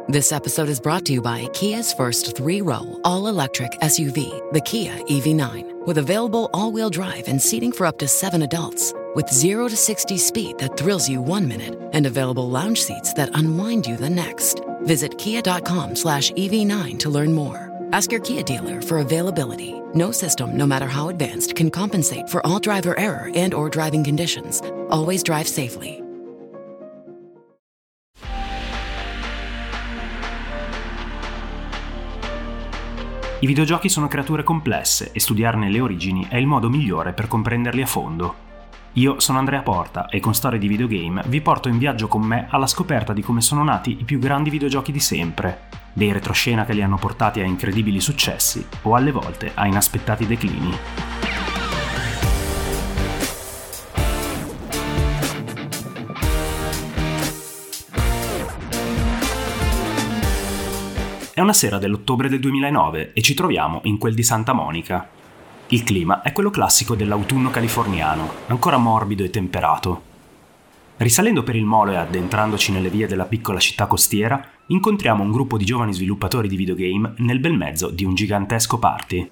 This episode is brought to you by Kia's first 3-row, all-electric SUV, the Kia EV9, with available all-wheel drive and seating for up to 7 adults, with 0 to 60 speed that thrills you 1 minute and available lounge seats that unwind you the next. Visit kia.com/EV9 to learn more. Ask your Kia dealer for availability. No system, no matter how advanced, can compensate for all driver error and or driving conditions. Always drive safely. I videogiochi sono creature complesse e studiarne le origini è il modo migliore per comprenderli a fondo. Io sono Andrea Porta e con Storie di Videogame vi porto in viaggio con me alla scoperta di come sono nati i più grandi videogiochi di sempre, dei retroscena che li hanno portati a incredibili successi o alle volte a inaspettati declini. È una sera dell'ottobre del 2009 e ci troviamo in quel di Santa Monica. Il clima è quello classico dell'autunno californiano, ancora morbido e temperato. Risalendo per il molo e addentrandoci nelle vie della piccola città costiera, incontriamo un gruppo di giovani sviluppatori di videogame nel bel mezzo di un gigantesco party.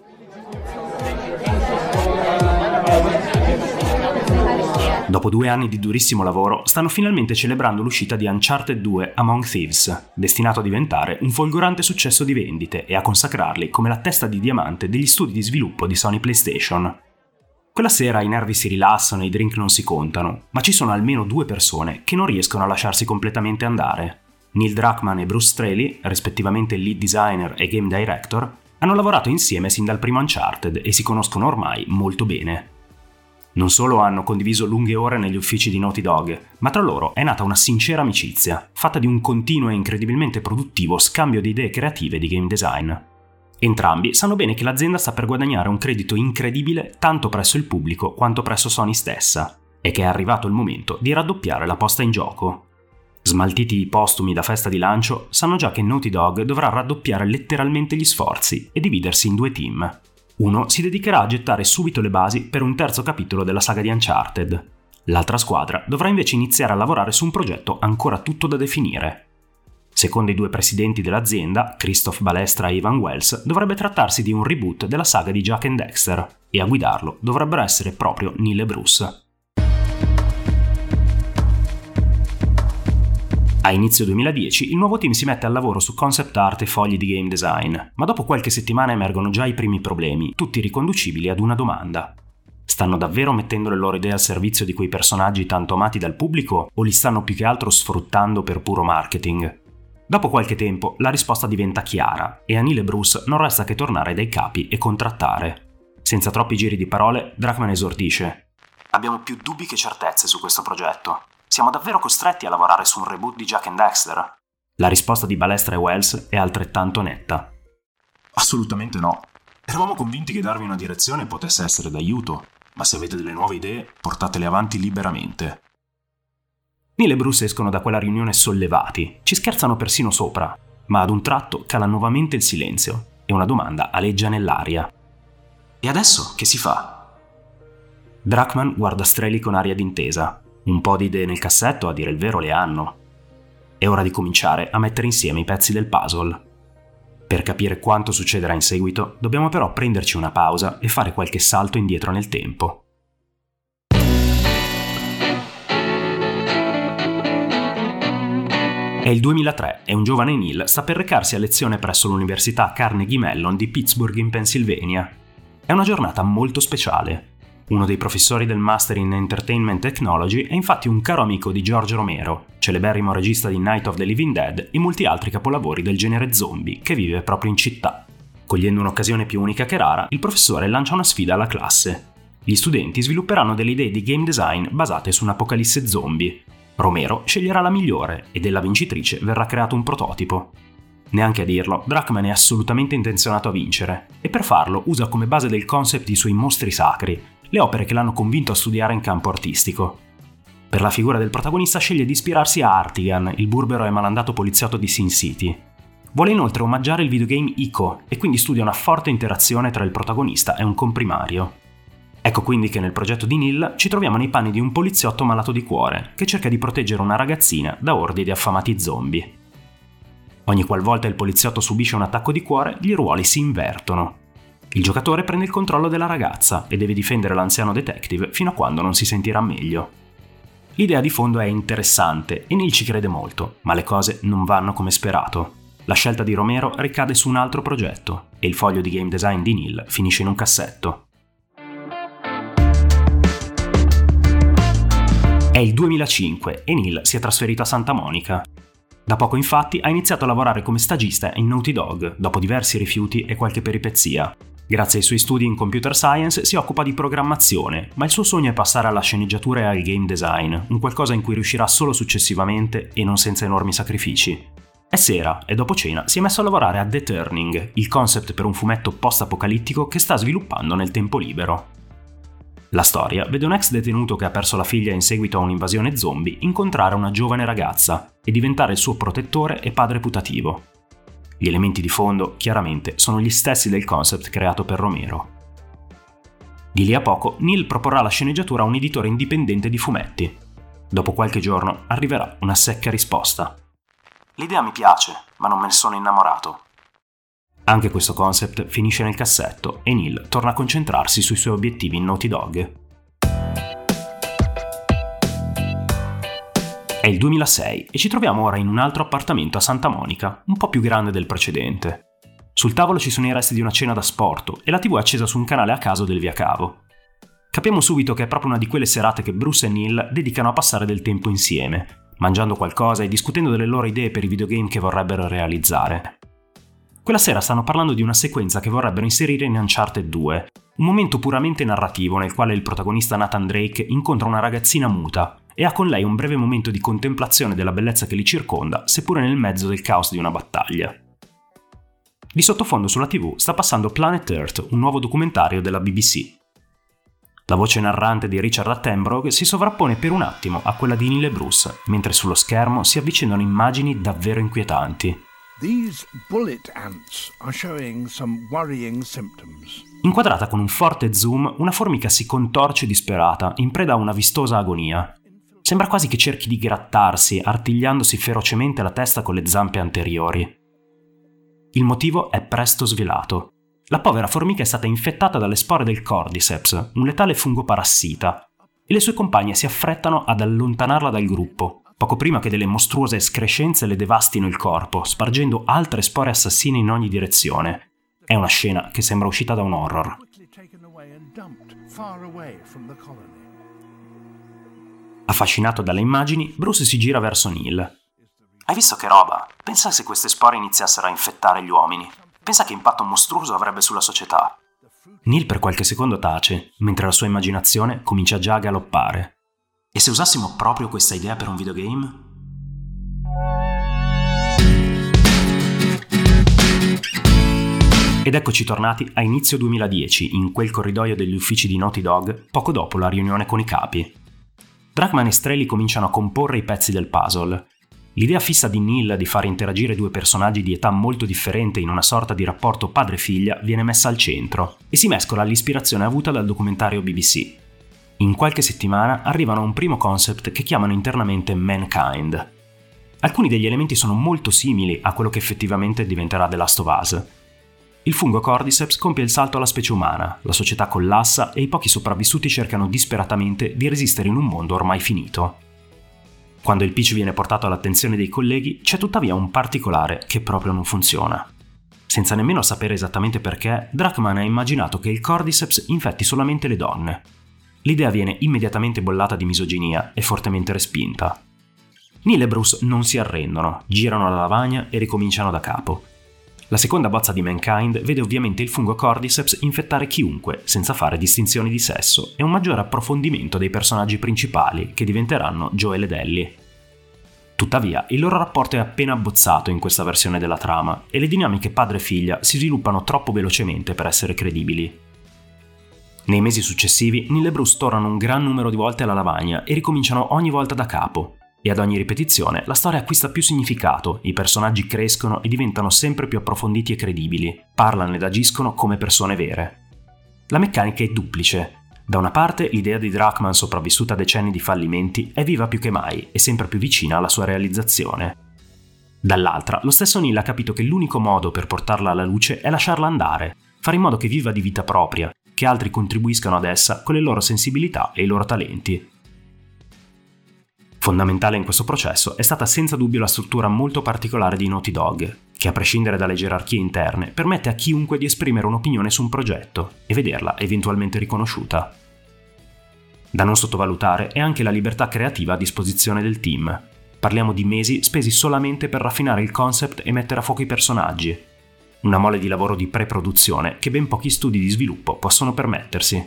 Dopo 2 anni di durissimo lavoro, stanno finalmente celebrando l'uscita di Uncharted 2 Among Thieves, destinato a diventare un folgorante successo di vendite e a consacrarli come la testa di diamante degli studi di sviluppo di Sony PlayStation. Quella sera i nervi si rilassano e i drink non si contano, ma ci sono almeno 2 persone che non riescono a lasciarsi completamente andare. Neil Druckmann e Bruce Straley, rispettivamente lead designer e game director, hanno lavorato insieme sin dal primo Uncharted e si conoscono ormai molto bene. Non solo hanno condiviso lunghe ore negli uffici di Naughty Dog, ma tra loro è nata una sincera amicizia, fatta di un continuo e incredibilmente produttivo scambio di idee creative di game design. Entrambi sanno bene che l'azienda sta per guadagnare un credito incredibile tanto presso il pubblico quanto presso Sony stessa, e che è arrivato il momento di raddoppiare la posta in gioco. Smaltiti i postumi da festa di lancio, sanno già che Naughty Dog dovrà raddoppiare letteralmente gli sforzi e dividersi in 2 team. Uno si dedicherà a gettare subito le basi per un terzo capitolo della saga di Uncharted. L'altra squadra dovrà invece iniziare a lavorare su un progetto ancora tutto da definire. Secondo i 2 presidenti dell'azienda, Christoph Balestra e Ivan Wells, dovrebbe trattarsi di un reboot della saga di Jak and Daxter, e a guidarlo dovrebbero essere proprio Neil e Bruce. A inizio 2010 il nuovo team si mette al lavoro su concept art e fogli di game design, ma dopo qualche settimana emergono già i primi problemi, tutti riconducibili ad una domanda. Stanno davvero mettendo le loro idee al servizio di quei personaggi tanto amati dal pubblico o li stanno più che altro sfruttando per puro marketing? Dopo qualche tempo la risposta diventa chiara e a Neil e Bruce non resta che tornare dai capi e contrattare. Senza troppi giri di parole, Druckmann esordisce: "Abbiamo più dubbi che certezze su questo progetto. Siamo davvero costretti a lavorare su un reboot di Jak and Daxter?" La risposta di Balestra e Wells è altrettanto netta: "Assolutamente no. Eravamo convinti che darvi una direzione potesse essere d'aiuto, ma se avete delle nuove idee, portatele avanti liberamente." Neil e Bruce escono da quella riunione sollevati, ci scherzano persino sopra, ma ad un tratto cala nuovamente il silenzio e una domanda aleggia nell'aria: "E adesso che si fa?" Druckmann guarda Straley con aria d'intesa. Un po' di idee nel cassetto, a dire il vero, le hanno. È ora di cominciare a mettere insieme i pezzi del puzzle. Per capire quanto succederà in seguito, dobbiamo però prenderci una pausa e fare qualche salto indietro nel tempo. È il 2003 e un giovane Neil sta per recarsi a lezione presso l'Università Carnegie Mellon di Pittsburgh in Pennsylvania. È una giornata molto speciale. Uno dei professori del Master in Entertainment Technology è infatti un caro amico di George Romero, celeberrimo regista di Night of the Living Dead e molti altri capolavori del genere zombie, che vive proprio in città. Cogliendo un'occasione più unica che rara, il professore lancia una sfida alla classe. Gli studenti svilupperanno delle idee di game design basate su un'apocalisse zombie. Romero sceglierà la migliore e della vincitrice verrà creato un prototipo. Neanche a dirlo, Druckmann è assolutamente intenzionato a vincere, e per farlo usa come base del concept i suoi mostri sacri, le opere che l'hanno convinto a studiare in campo artistico. Per la figura del protagonista sceglie di ispirarsi a Artigan, il burbero e malandato poliziotto di Sin City. Vuole inoltre omaggiare il videogame Ico e quindi studia una forte interazione tra il protagonista e un comprimario. Ecco quindi che nel progetto di Neil ci troviamo nei panni di un poliziotto malato di cuore che cerca di proteggere una ragazzina da ordi di affamati zombie. Ogni qualvolta il poliziotto subisce un attacco di cuore, gli ruoli si invertono. Il giocatore prende il controllo della ragazza e deve difendere l'anziano detective fino a quando non si sentirà meglio. L'idea di fondo è interessante e Neil ci crede molto, ma le cose non vanno come sperato. La scelta di Romero ricade su un altro progetto e il foglio di game design di Neil finisce in un cassetto. È il 2005 e Neil si è trasferito a Santa Monica. Da poco infatti ha iniziato a lavorare come stagista in Naughty Dog, dopo diversi rifiuti e qualche peripezia. Grazie ai suoi studi in computer science si occupa di programmazione, ma il suo sogno è passare alla sceneggiatura e al game design, un qualcosa in cui riuscirà solo successivamente e non senza enormi sacrifici. È sera e dopo cena si è messo a lavorare a The Turning, il concept per un fumetto post-apocalittico che sta sviluppando nel tempo libero. La storia vede un ex detenuto che ha perso la figlia in seguito a un'invasione zombie incontrare una giovane ragazza e diventare il suo protettore e padre putativo. Gli elementi di fondo, chiaramente, sono gli stessi del concept creato per Romero. Di lì a poco, Neil proporrà la sceneggiatura a un editore indipendente di fumetti. Dopo qualche giorno arriverà una secca risposta. L'idea mi piace, ma non me ne sono innamorato. Anche questo concept finisce nel cassetto e Neil torna a concentrarsi sui suoi obiettivi in Naughty Dog. È il 2006 e ci troviamo ora in un altro appartamento a Santa Monica, un po' più grande del precedente. Sul tavolo ci sono i resti di una cena da sporto e la TV è accesa su un canale a caso del via cavo. Capiamo subito che è proprio una di quelle serate che Bruce e Neil dedicano a passare del tempo insieme, mangiando qualcosa e discutendo delle loro idee per i videogame che vorrebbero realizzare. Quella sera stanno parlando di una sequenza che vorrebbero inserire in Uncharted 2, un momento puramente narrativo nel quale il protagonista Nathan Drake incontra una ragazzina muta e ha con lei un breve momento di contemplazione della bellezza che li circonda, seppure nel mezzo del caos di una battaglia. Di sottofondo sulla TV sta passando Planet Earth, un nuovo documentario della BBC. La voce narrante di Richard Attenborough si sovrappone per un attimo a quella di Neil e Bruce, mentre sullo schermo si avvicinano immagini davvero inquietanti. These bullet ants are showing some worrying symptoms. Inquadrata con un forte zoom, una formica si contorce disperata, in preda a una vistosa agonia. Sembra quasi che cerchi di grattarsi, artigliandosi ferocemente la testa con le zampe anteriori. Il motivo è presto svelato. La povera formica è stata infettata dalle spore del Cordyceps, un letale fungo parassita, e le sue compagne si affrettano ad allontanarla dal gruppo, poco prima che delle mostruose escrescenze le devastino il corpo, spargendo altre spore assassine in ogni direzione. È una scena che sembra uscita da un horror. Affascinato dalle immagini, Bruce si gira verso Neil. Hai visto che roba? Pensa se queste spore iniziassero a infettare gli uomini. Pensa che impatto mostruoso avrebbe sulla società. Neil per qualche secondo tace, mentre la sua immaginazione comincia già a galoppare. E se usassimo proprio questa idea per un videogame? Ed eccoci tornati a inizio 2010, in quel corridoio degli uffici di Naughty Dog, poco dopo la riunione con i capi. Druckmann e Strelli cominciano a comporre i pezzi del puzzle. L'idea fissa di Neil di far interagire due personaggi di età molto differente in una sorta di rapporto padre-figlia viene messa al centro e si mescola all'ispirazione avuta dal documentario BBC. In qualche settimana arrivano a un primo concept che chiamano internamente Mankind. Alcuni degli elementi sono molto simili a quello che effettivamente diventerà The Last of Us. Il fungo Cordyceps compie il salto alla specie umana, la società collassa e i pochi sopravvissuti cercano disperatamente di resistere in un mondo ormai finito. Quando il pitch viene portato all'attenzione dei colleghi, c'è tuttavia un particolare che proprio non funziona. Senza nemmeno sapere esattamente perché, Druckmann ha immaginato che il Cordyceps infetti solamente le donne. L'idea viene immediatamente bollata di misoginia e fortemente respinta. Neil e Bruce non si arrendono, girano la lavagna e ricominciano da capo. La seconda bozza di Mankind vede ovviamente il fungo Cordyceps infettare chiunque, senza fare distinzioni di sesso, e un maggiore approfondimento dei personaggi principali, che diventeranno Joel ed Ellie. Tuttavia, il loro rapporto è appena abbozzato in questa versione della trama, e le dinamiche padre-figlia si sviluppano troppo velocemente per essere credibili. Nei mesi successivi, Neil e Bruce tornano un gran numero di volte alla lavagna e ricominciano ogni volta da capo. E ad ogni ripetizione la storia acquista più significato, i personaggi crescono e diventano sempre più approfonditi e credibili, parlano ed agiscono come persone vere. La meccanica è duplice. Da una parte l'idea di Druckmann, sopravvissuta a decenni di fallimenti, è viva più che mai e sempre più vicina alla sua realizzazione. Dall'altra, lo stesso Neil ha capito che l'unico modo per portarla alla luce è lasciarla andare, fare in modo che viva di vita propria, che altri contribuiscano ad essa con le loro sensibilità e i loro talenti. Fondamentale in questo processo è stata senza dubbio la struttura molto particolare di Naughty Dog, che a prescindere dalle gerarchie interne permette a chiunque di esprimere un'opinione su un progetto e vederla eventualmente riconosciuta. Da non sottovalutare è anche la libertà creativa a disposizione del team. Parliamo di mesi spesi solamente per raffinare il concept e mettere a fuoco i personaggi. Una mole di lavoro di pre-produzione che ben pochi studi di sviluppo possono permettersi.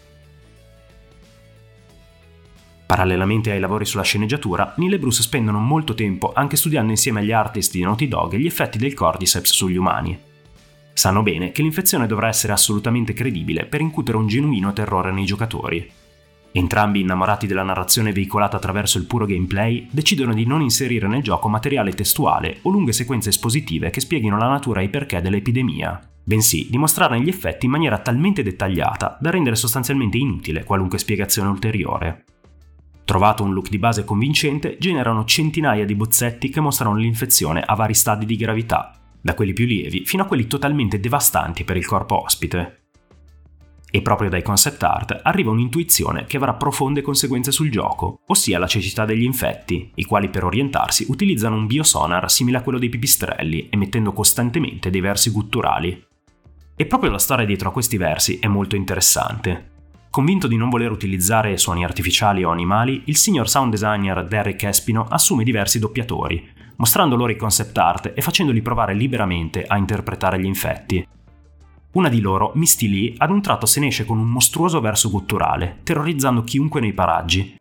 Parallelamente ai lavori sulla sceneggiatura, Neil e Bruce spendono molto tempo anche studiando insieme agli artist di Naughty Dog gli effetti del Cordyceps sugli umani. Sanno bene che l'infezione dovrà essere assolutamente credibile per incutere un genuino terrore nei giocatori. Entrambi, innamorati della narrazione veicolata attraverso il puro gameplay, decidono di non inserire nel gioco materiale testuale o lunghe sequenze espositive che spieghino la natura e i perché dell'epidemia, bensì di mostrarne gli effetti in maniera talmente dettagliata da rendere sostanzialmente inutile qualunque spiegazione ulteriore. Trovato un look di base convincente, generano centinaia di bozzetti che mostrano l'infezione a vari stadi di gravità, da quelli più lievi fino a quelli totalmente devastanti per il corpo ospite. E proprio dai concept art arriva un'intuizione che avrà profonde conseguenze sul gioco, ossia la cecità degli infetti, i quali per orientarsi utilizzano un biosonar simile a quello dei pipistrelli, emettendo costantemente dei versi gutturali. E proprio la storia dietro a questi versi è molto interessante. Convinto di non voler utilizzare suoni artificiali o animali, il signor sound designer Derek Espino assume diversi doppiatori, mostrando loro i concept art e facendoli provare liberamente a interpretare gli infetti. Una di loro, Misty Lee, ad un tratto se ne esce con un mostruoso verso gutturale, terrorizzando chiunque nei paraggi.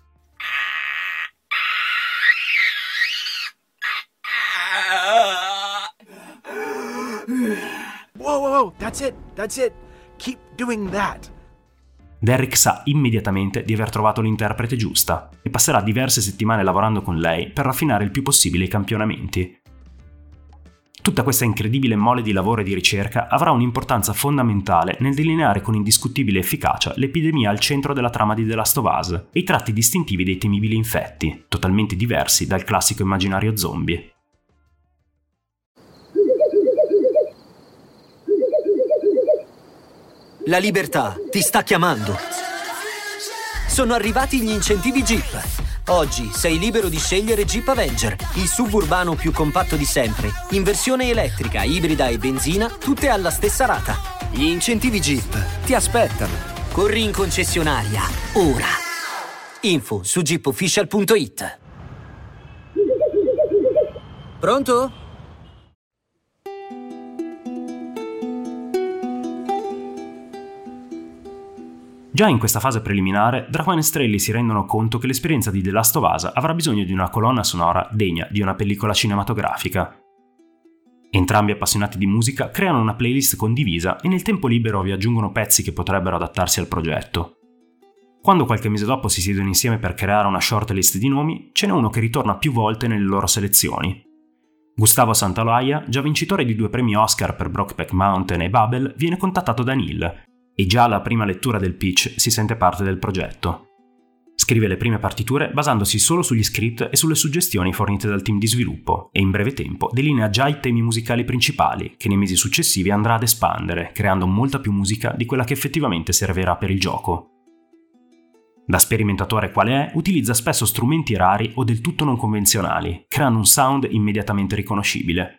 Whoa, that's it. Keep doing that. Derek sa immediatamente di aver trovato l'interprete giusta e passerà diverse settimane lavorando con lei per raffinare il più possibile i campionamenti. Tutta questa incredibile mole di lavoro e di ricerca avrà un'importanza fondamentale nel delineare con indiscutibile efficacia l'epidemia al centro della trama di The Last of Us e i tratti distintivi dei temibili infetti, totalmente diversi dal classico immaginario zombie. La libertà ti sta chiamando. Sono arrivati gli incentivi Jeep. Oggi sei libero di scegliere Jeep Avenger, il suburbano più compatto di sempre, in versione elettrica, ibrida e benzina, tutte alla stessa rata. Gli incentivi Jeep ti aspettano. Corri in concessionaria, ora. Info su jeepofficial.it. Pronto? Già in questa fase preliminare, Druckmann e Strelli si rendono conto che l'esperienza di The Last of Us avrà bisogno di una colonna sonora degna di una pellicola cinematografica. Entrambi appassionati di musica creano una playlist condivisa e nel tempo libero vi aggiungono pezzi che potrebbero adattarsi al progetto. Quando qualche mese dopo si siedono insieme per creare una shortlist di nomi, ce n'è uno che ritorna più volte nelle loro selezioni. Gustavo Santaolalla, già vincitore di 2 premi Oscar per Brokeback Mountain e Babel, viene contattato da Neil e già alla prima lettura del pitch si sente parte del progetto. Scrive le prime partiture basandosi solo sugli script e sulle suggestioni fornite dal team di sviluppo e in breve tempo delinea già i temi musicali principali che nei mesi successivi andrà ad espandere, creando molta più musica di quella che effettivamente servirà per il gioco. Da sperimentatore quale è, utilizza spesso strumenti rari o del tutto non convenzionali, creando un sound immediatamente riconoscibile.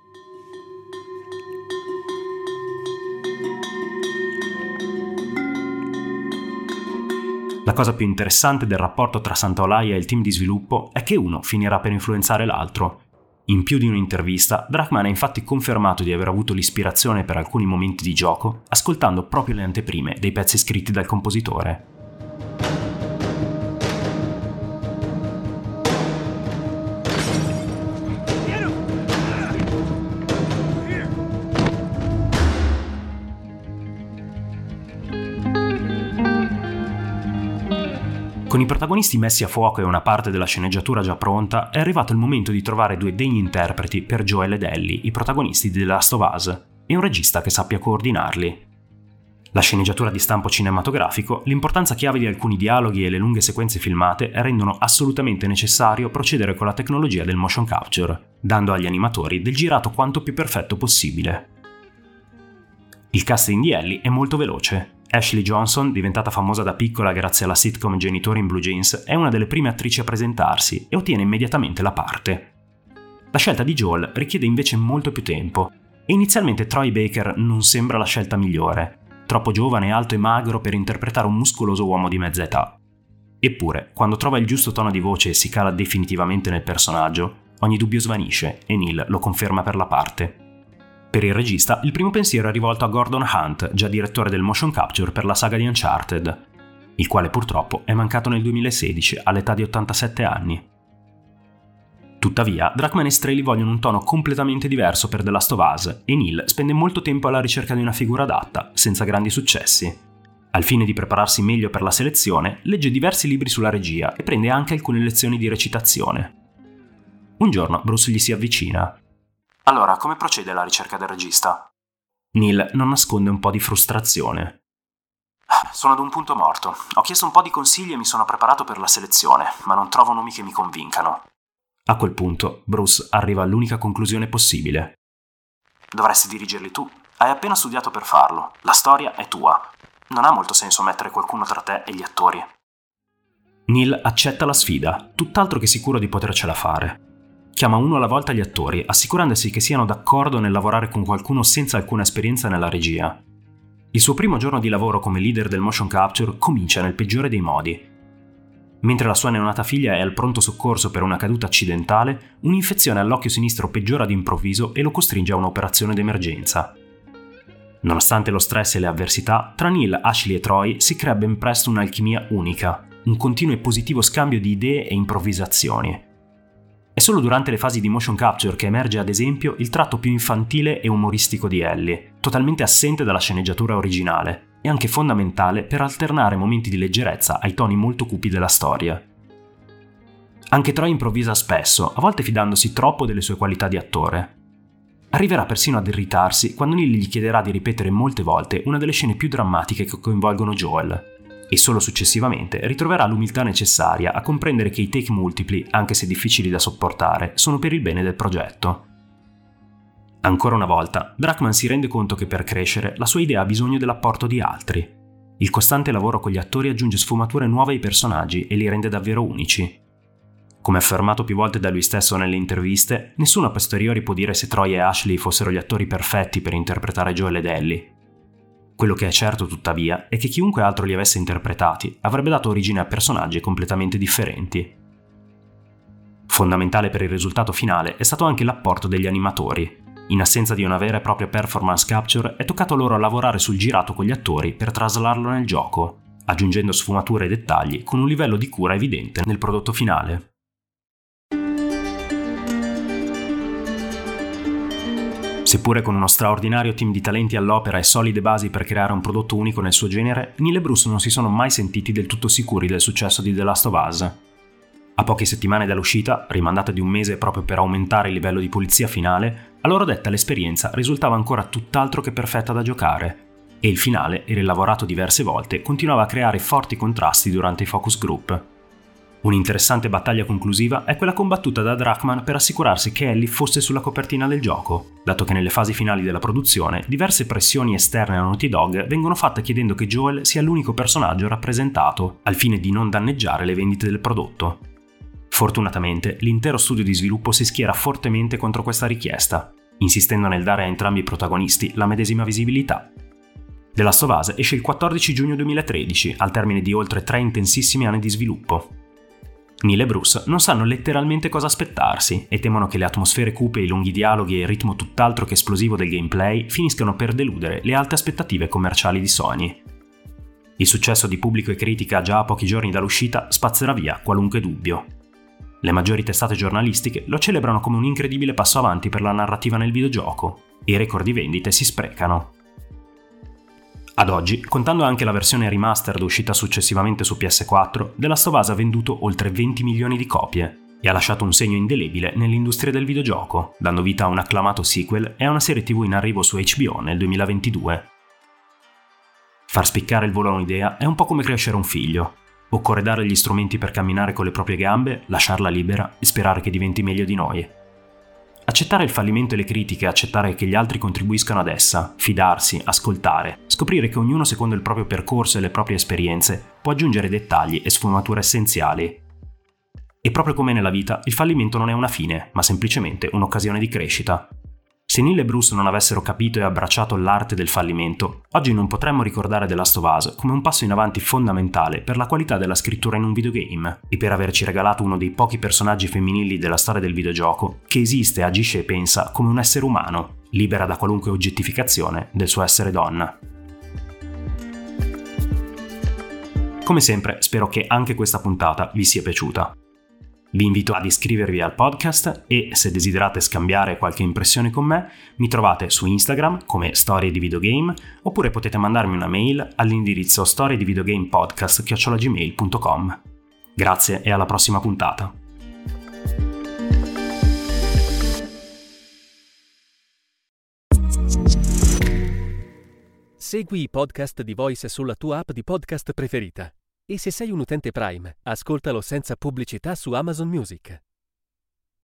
La cosa più interessante del rapporto tra Santaolalla e il team di sviluppo è che uno finirà per influenzare l'altro. In più di un'intervista, Druckmann ha infatti confermato di aver avuto l'ispirazione per alcuni momenti di gioco ascoltando proprio le anteprime dei pezzi scritti dal compositore. Con i protagonisti messi a fuoco e una parte della sceneggiatura già pronta, è arrivato il momento di trovare 2 degni interpreti per Joel ed Ellie, i protagonisti di The Last of Us, e un regista che sappia coordinarli. La sceneggiatura di stampo cinematografico, l'importanza chiave di alcuni dialoghi e le lunghe sequenze filmate rendono assolutamente necessario procedere con la tecnologia del motion capture. dando agli animatori del girato quanto più perfetto possibile. Il casting di Ellie è molto veloce. Ashley Johnson, diventata famosa da piccola grazie alla sitcom Genitori in Blue Jeans, è una delle prime attrici a presentarsi e ottiene immediatamente la parte. La scelta di Joel richiede invece molto più tempo e inizialmente Troy Baker non sembra la scelta migliore, troppo giovane, alto e magro per interpretare un muscoloso uomo di mezza età. Eppure, quando trova il giusto tono di voce e si cala definitivamente nel personaggio, ogni dubbio svanisce e Neil lo conferma per la parte. Per il regista, il primo pensiero è rivolto a Gordon Hunt, già direttore del motion capture per la saga di Uncharted, il quale purtroppo è mancato nel 2016 all'età di 87 anni. Tuttavia, Druckmann e Straley vogliono un tono completamente diverso per The Last of Us e Neil spende molto tempo alla ricerca di una figura adatta, senza grandi successi. Al fine di prepararsi meglio per la selezione, legge diversi libri sulla regia e prende anche alcune lezioni di recitazione. Un giorno Bruce gli si avvicina. Allora, come procede la ricerca del regista? Neil non nasconde un po' di frustrazione. Sono ad un punto morto. Ho chiesto un po' di consigli e mi sono preparato per la selezione, ma non trovo nomi che mi convincano. A quel punto, Bruce arriva all'unica conclusione possibile. Dovresti dirigerli tu. Hai appena studiato per farlo. La storia è tua. Non ha molto senso mettere qualcuno tra te e gli attori. Neil accetta la sfida, tutt'altro che sicuro di potercela fare. Chiama uno alla volta gli attori, assicurandosi che siano d'accordo nel lavorare con qualcuno senza alcuna esperienza nella regia. Il suo primo giorno di lavoro come leader del motion capture comincia nel peggiore dei modi. Mentre la sua neonata figlia è al pronto soccorso per una caduta accidentale, un'infezione all'occhio sinistro peggiora d'improvviso e lo costringe a un'operazione d'emergenza. Nonostante lo stress e le avversità, tra Neil, Ashley e Troy si crea ben presto un'alchimia unica, un continuo e positivo scambio di idee e improvvisazioni. È solo durante le fasi di motion capture che emerge ad esempio il tratto più infantile e umoristico di Ellie, totalmente assente dalla sceneggiatura originale, e anche fondamentale per alternare momenti di leggerezza ai toni molto cupi della storia. Anche Troy improvvisa spesso, a volte fidandosi troppo delle sue qualità di attore. Arriverà persino ad irritarsi quando Neil gli chiederà di ripetere molte volte una delle scene più drammatiche che coinvolgono Joel, e solo successivamente ritroverà l'umiltà necessaria a comprendere che i take multipli, anche se difficili da sopportare, sono per il bene del progetto. Ancora una volta, Druckmann si rende conto che per crescere la sua idea ha bisogno dell'apporto di altri. Il costante lavoro con gli attori aggiunge sfumature nuove ai personaggi e li rende davvero unici. Come affermato più volte da lui stesso nelle interviste, nessuno a posteriori può dire se Troy e Ashley fossero gli attori perfetti per interpretare Joel ed Ellie. Quello che è certo, tuttavia, è che chiunque altro li avesse interpretati avrebbe dato origine a personaggi completamente differenti. Fondamentale per il risultato finale è stato anche l'apporto degli animatori. In assenza di una vera e propria performance capture, è toccato loro lavorare sul girato con gli attori per traslarlo nel gioco, aggiungendo sfumature e dettagli con un livello di cura evidente nel prodotto finale. Seppure con uno straordinario team di talenti all'opera e solide basi per creare un prodotto unico nel suo genere, Neil e Bruce non si sono mai sentiti del tutto sicuri del successo di The Last of Us. A poche settimane dall'uscita, rimandata di un mese proprio per aumentare il livello di pulizia finale, a loro detta l'esperienza risultava ancora tutt'altro che perfetta da giocare, e il finale, rilavorato diverse volte, continuava a creare forti contrasti durante i focus group. Un'interessante battaglia conclusiva è quella combattuta da Druckmann per assicurarsi che Ellie fosse sulla copertina del gioco, dato che nelle fasi finali della produzione diverse pressioni esterne a Naughty Dog vengono fatte chiedendo che Joel sia l'unico personaggio rappresentato, al fine di non danneggiare le vendite del prodotto. Fortunatamente, l'intero studio di sviluppo si schiera fortemente contro questa richiesta, insistendo nel dare a entrambi i protagonisti la medesima visibilità. The Last of Us esce il 14 giugno 2013, al termine di oltre 3 intensissimi anni di sviluppo. Neil e Bruce non sanno letteralmente cosa aspettarsi e temono che le atmosfere cupe, i lunghi dialoghi e il ritmo tutt'altro che esplosivo del gameplay finiscano per deludere le alte aspettative commerciali di Sony. Il successo di pubblico e critica già a pochi giorni dall'uscita spazzerà via qualunque dubbio. Le maggiori testate giornalistiche lo celebrano come un incredibile passo avanti per la narrativa nel videogioco, e i record di vendite si sprecano. Ad oggi, contando anche la versione remastered uscita successivamente su PS4, The Last of Us ha venduto oltre 20 milioni di copie e ha lasciato un segno indelebile nell'industria del videogioco, dando vita a un acclamato sequel e a una serie TV in arrivo su HBO nel 2022. Far spiccare il volo a un'idea è un po' come crescere un figlio. Occorre dare gli strumenti per camminare con le proprie gambe, lasciarla libera e sperare che diventi meglio di noi. Accettare il fallimento e le critiche, accettare che gli altri contribuiscano ad essa, fidarsi, ascoltare, scoprire che ognuno secondo il proprio percorso e le proprie esperienze può aggiungere dettagli e sfumature essenziali. E proprio come nella vita, il fallimento non è una fine, ma semplicemente un'occasione di crescita. Se Neil e Bruce non avessero capito e abbracciato l'arte del fallimento, oggi non potremmo ricordare The Last of Us come un passo in avanti fondamentale per la qualità della scrittura in un videogame e per averci regalato uno dei pochi personaggi femminili della storia del videogioco che esiste, agisce e pensa come un essere umano, libera da qualunque oggettificazione del suo essere donna. Come sempre, spero che anche questa puntata vi sia piaciuta. Vi invito ad iscrivervi al podcast e, se desiderate scambiare qualche impressione con me, mi trovate su Instagram come Storie di Videogame oppure potete mandarmi una mail all'indirizzo storiedivideogamepodcast@gmail.com. Grazie e alla prossima puntata. Segui i podcast di Voice sulla tua app di podcast preferita. E se sei un utente Prime, ascoltalo senza pubblicità su Amazon Music.